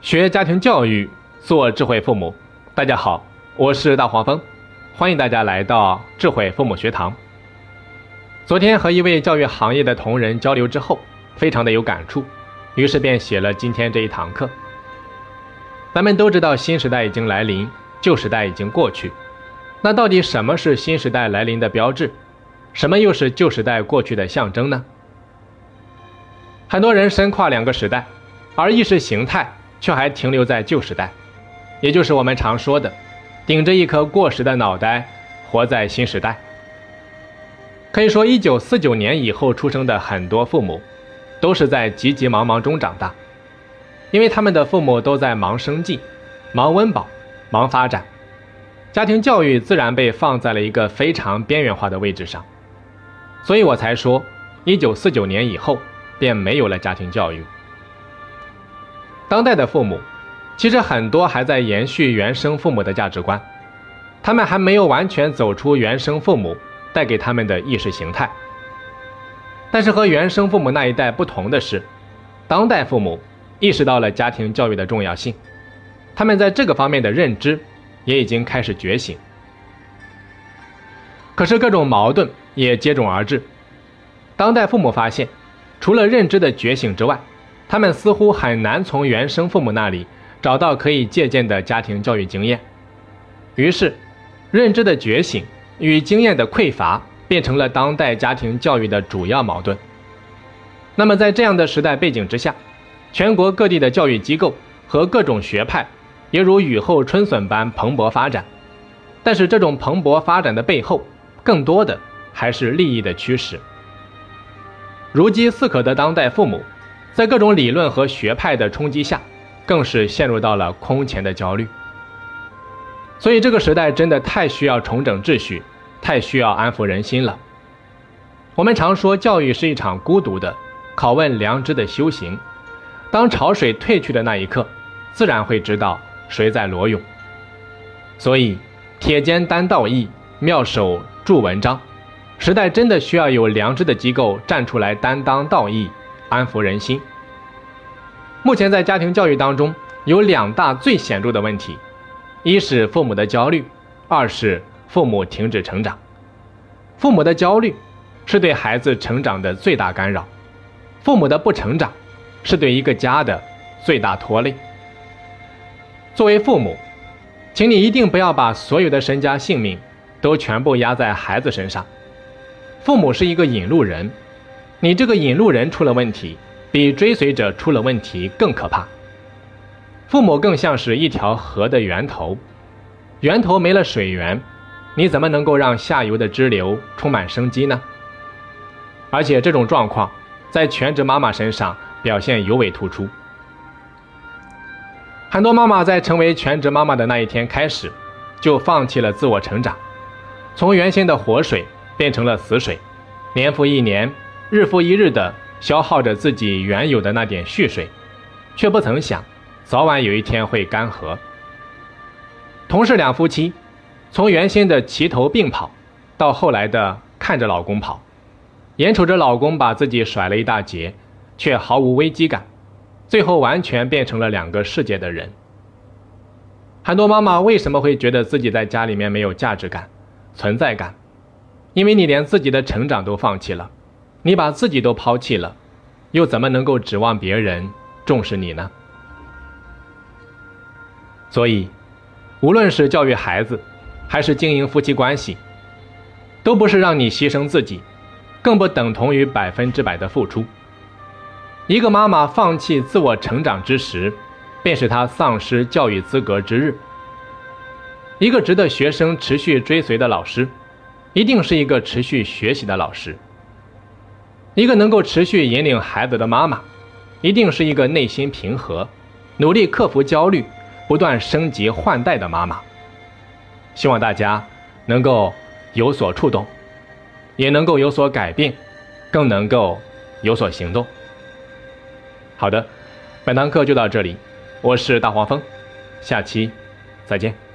学家庭教育，做智慧父母。大家好，我是大黄蜂，欢迎大家来到智慧父母学堂。昨天和一位教育行业的同仁交流之后，非常的有感触，于是便写了今天这一堂课。咱们都知道新时代已经来临，旧时代已经过去，那到底什么是新时代来临的标志？什么又是旧时代过去的象征呢？很多人身跨两个时代，而意识形态却还停留在旧时代，也就是我们常说的顶着一颗过时的脑袋活在新时代。可以说1949年以后出生的很多父母都是在急急忙忙中长大，因为他们的父母都在忙生计、忙温饱、忙发展，家庭教育自然被放在了一个非常边缘化的位置上，所以我才说1949年以后便没有了家庭教育。当代的父母其实很多还在延续原生父母的价值观，他们还没有完全走出原生父母带给他们的意识形态。但是和原生父母那一代不同的是，当代父母意识到了家庭教育的重要性，他们在这个方面的认知也已经开始觉醒。可是各种矛盾也接踵而至，当代父母发现，除了认知的觉醒之外，他们似乎很难从原生父母那里找到可以借鉴的家庭教育经验。于是，认知的觉醒与经验的匮乏变成了当代家庭教育的主要矛盾。那么在这样的时代背景之下，全国各地的教育机构和各种学派也如雨后春笋般蓬勃发展。但是这种蓬勃发展的背后，更多的还是利益的驱使。如饥似渴的当代父母，在各种理论和学派的冲击下，更是陷入到了空前的焦虑。所以这个时代真的太需要重整秩序，太需要安抚人心了。我们常说教育是一场孤独的拷问良知的修行，当潮水退去的那一刻，自然会知道谁在裸泳。所以铁肩担道义，妙手著文章，时代真的需要有良知的机构站出来担当道义，安抚人心。目前在家庭教育当中有两大最显著的问题，一是父母的焦虑，二是父母停止成长。父母的焦虑是对孩子成长的最大干扰，父母的不成长是对一个家的最大拖累。作为父母，请你一定不要把所有的身家性命都全部压在孩子身上。父母是一个引路人，你这个引路人出了问题，比追随者出了问题更可怕。父母更像是一条河的源头，源头没了水源，你怎么能够让下游的支流充满生机呢？而且这种状况在全职妈妈身上表现尤为突出。很多妈妈在成为全职妈妈的那一天开始，就放弃了自我成长，从原先的活水变成了死水，年复一年，日复一日的消耗着自己原有的那点蓄水，却不曾想早晚有一天会干涸。同是两夫妻，从原先的齐头并跑，到后来的看着老公跑，眼瞅着老公把自己甩了一大截，却毫无危机感，最后完全变成了两个世界的人。很多妈妈为什么会觉得自己在家里面没有价值感、存在感？因为你连自己的成长都放弃了，你把自己都抛弃了，又怎么能够指望别人重视你呢？所以无论是教育孩子还是经营夫妻关系，都不是让你牺牲自己，更不等同于100%的付出。一个妈妈放弃自我成长之时，便是她丧失教育资格之日。一个值得学生持续追随的老师，一定是一个持续学习的老师。一个能够持续引领孩子的妈妈，一定是一个内心平和，努力克服焦虑，不断升级换代的妈妈。希望大家能够有所触动，也能够有所改变，更能够有所行动。好的，本堂课就到这里，我是大黄蜂，下期再见。